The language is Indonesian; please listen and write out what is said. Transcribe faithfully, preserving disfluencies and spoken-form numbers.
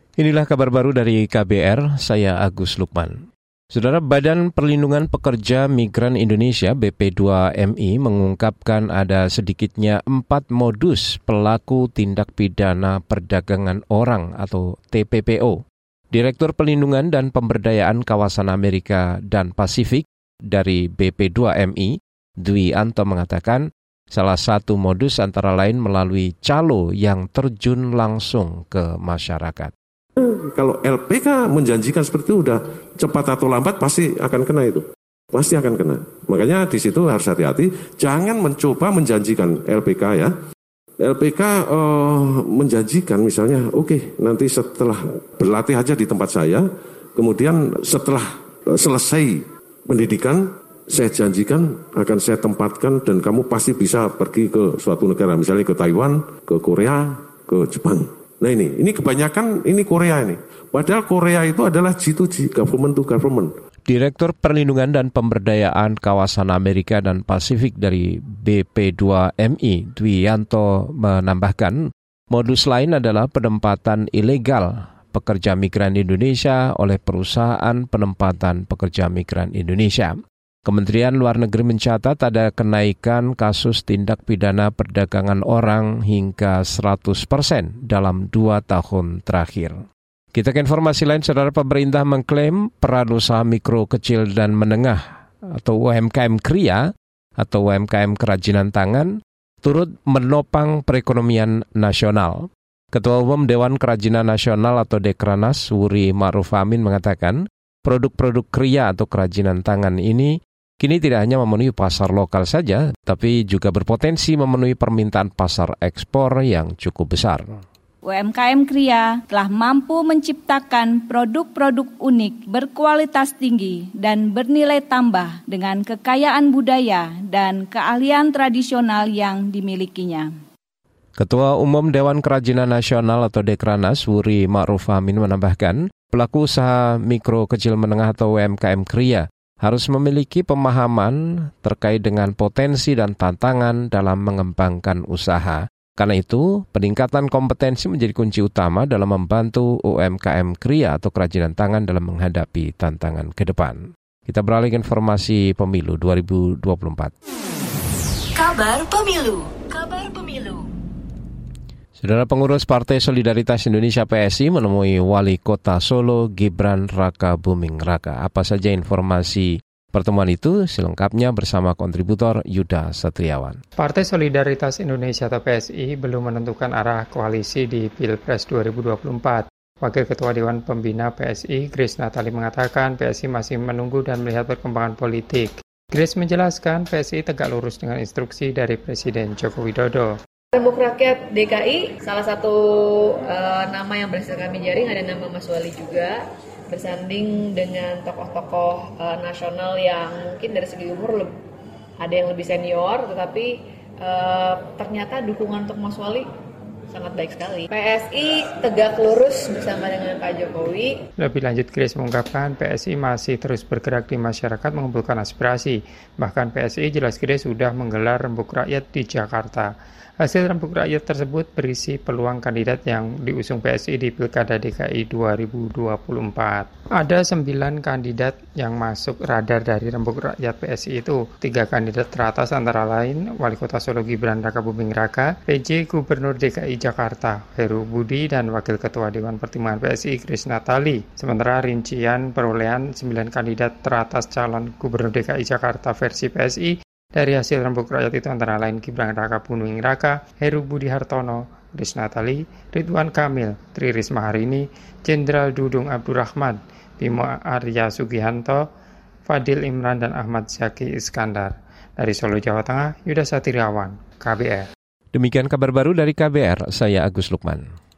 Inilah kabar baru dari K B R, saya Agus Lukman. Saudara, Badan Perlindungan Pekerja Migran Indonesia B P dua M I mengungkapkan ada sedikitnya empat modus pelaku tindak pidana perdagangan orang atau T P P O. Direktur Perlindungan dan Pemberdayaan Kawasan Amerika dan Pasifik dari B P dua M I, Dwi Anto mengatakan, salah satu modus antara lain melalui calo yang terjun langsung ke masyarakat. Kalau L P K menjanjikan seperti itu udah cepat atau lambat pasti akan kena itu. Pasti akan kena. Makanya di situ harus hati-hati. Jangan mencoba menjanjikan L P K ya. L P K uh, menjanjikan misalnya, oke okay, nanti setelah berlatih aja di tempat saya, kemudian setelah uh, selesai pendidikan, saya janjikan akan saya tempatkan dan kamu pasti bisa pergi ke suatu negara, misalnya ke Taiwan, ke Korea, ke Jepang. Nah ini, ini kebanyakan ini Korea ini. Padahal Korea itu adalah G to G, government to government. Direktur Perlindungan dan Pemberdayaan Kawasan Amerika dan Pasifik dari B P dua M I, Dwi Yanto menambahkan, modus lain adalah penempatan ilegal pekerja migran Indonesia oleh perusahaan penempatan pekerja migran Indonesia. Kementerian Luar Negeri mencatat ada kenaikan kasus tindak pidana perdagangan orang hingga seratus persen dalam dua tahun terakhir. Kita ke informasi lain, saudara. Pemerintah mengklaim peran usaha mikro, kecil, dan menengah atau U M K M Kria atau U M K M kerajinan tangan turut menopang perekonomian nasional. Ketua Umum Dewan Kerajinan Nasional atau Dekranas, Wuri Ma'ruf Amin mengatakan, produk-produk kria atau kerajinan tangan ini kini tidak hanya memenuhi pasar lokal saja, tapi juga berpotensi memenuhi permintaan pasar ekspor yang cukup besar. U M K M Kria telah mampu menciptakan produk-produk unik, berkualitas tinggi, dan bernilai tambah dengan kekayaan budaya dan keahlian tradisional yang dimilikinya. Ketua Umum Dewan Kerajinan Nasional atau Dekranas, Wuri Ma'ruf Amin menambahkan, pelaku usaha mikro, kecil, menengah atau U M K M Kria harus memiliki pemahaman terkait dengan potensi dan tantangan dalam mengembangkan usaha. Karena itu, peningkatan kompetensi menjadi kunci utama dalam membantu U M K M Kria atau kerajinan tangan dalam menghadapi tantangan ke depan. Kita beralih ke informasi pemilu dua ribu dua puluh empat. Kabar Pemilu. Kabar Pemilu. Saudara, pengurus Partai Solidaritas Indonesia P S I menemui Wali Kota Solo Gibran Raka Buming Raka. Apa saja informasi pertemuan itu? Selengkapnya bersama kontributor Yuda Satriawan. Partai Solidaritas Indonesia atau P S I belum menentukan arah koalisi di Pilpres dua ribu dua puluh empat. Wakil Ketua Dewan Pembina P S I, Grace Natali mengatakan P S I masih menunggu dan melihat perkembangan politik. Grace menjelaskan P S I tegak lurus dengan instruksi dari Presiden Joko Widodo. Rembuk Rakyat D K I, salah satu uh, nama yang berhasil kami jaring ada nama Mas Wali juga, bersanding dengan tokoh-tokoh uh, nasional yang mungkin dari segi umur lebih, ada yang lebih senior, tetapi uh, ternyata dukungan untuk Mas Wali sangat baik sekali. P S I tegak lurus bersama dengan Pak Jokowi. Lebih lanjut, Grace mengungkapkan P S I masih terus bergerak di masyarakat mengumpulkan aspirasi. Bahkan P S I jelas Grace sudah menggelar Rembuk Rakyat di Jakarta. Hasil Rembuk Rakyat tersebut berisi peluang kandidat yang diusung P S I di Pilkada D K I dua ribu dua puluh empat. Ada sembilan kandidat yang masuk radar dari Rembuk Rakyat P S I itu. Tiga kandidat teratas antara lain Wali Kota Solo Gibran Raka Buming Raka, P J Gubernur D K I Jakarta Heru Budi, dan Wakil Ketua Dewan Pertimbangan P S I Grace Natali. Sementara rincian perolehan sembilan kandidat teratas calon Gubernur D K I Jakarta versi P S I dari hasil Rembuk Rakyat itu antara lain Gibran Raka Buming Raka, Heru Budi Hartono, Grace Natali, Ridwan Kamil, Tri Risma Harini, Jenderal Dudung Abdurrahman, Bimo Arya Sugihanto, Fadil Imran, dan Ahmad Zaki Iskandar. Dari Solo, Jawa Tengah, Yuda Satriawan, K B R. Demikian kabar baru dari K B R, saya Agus Lukman.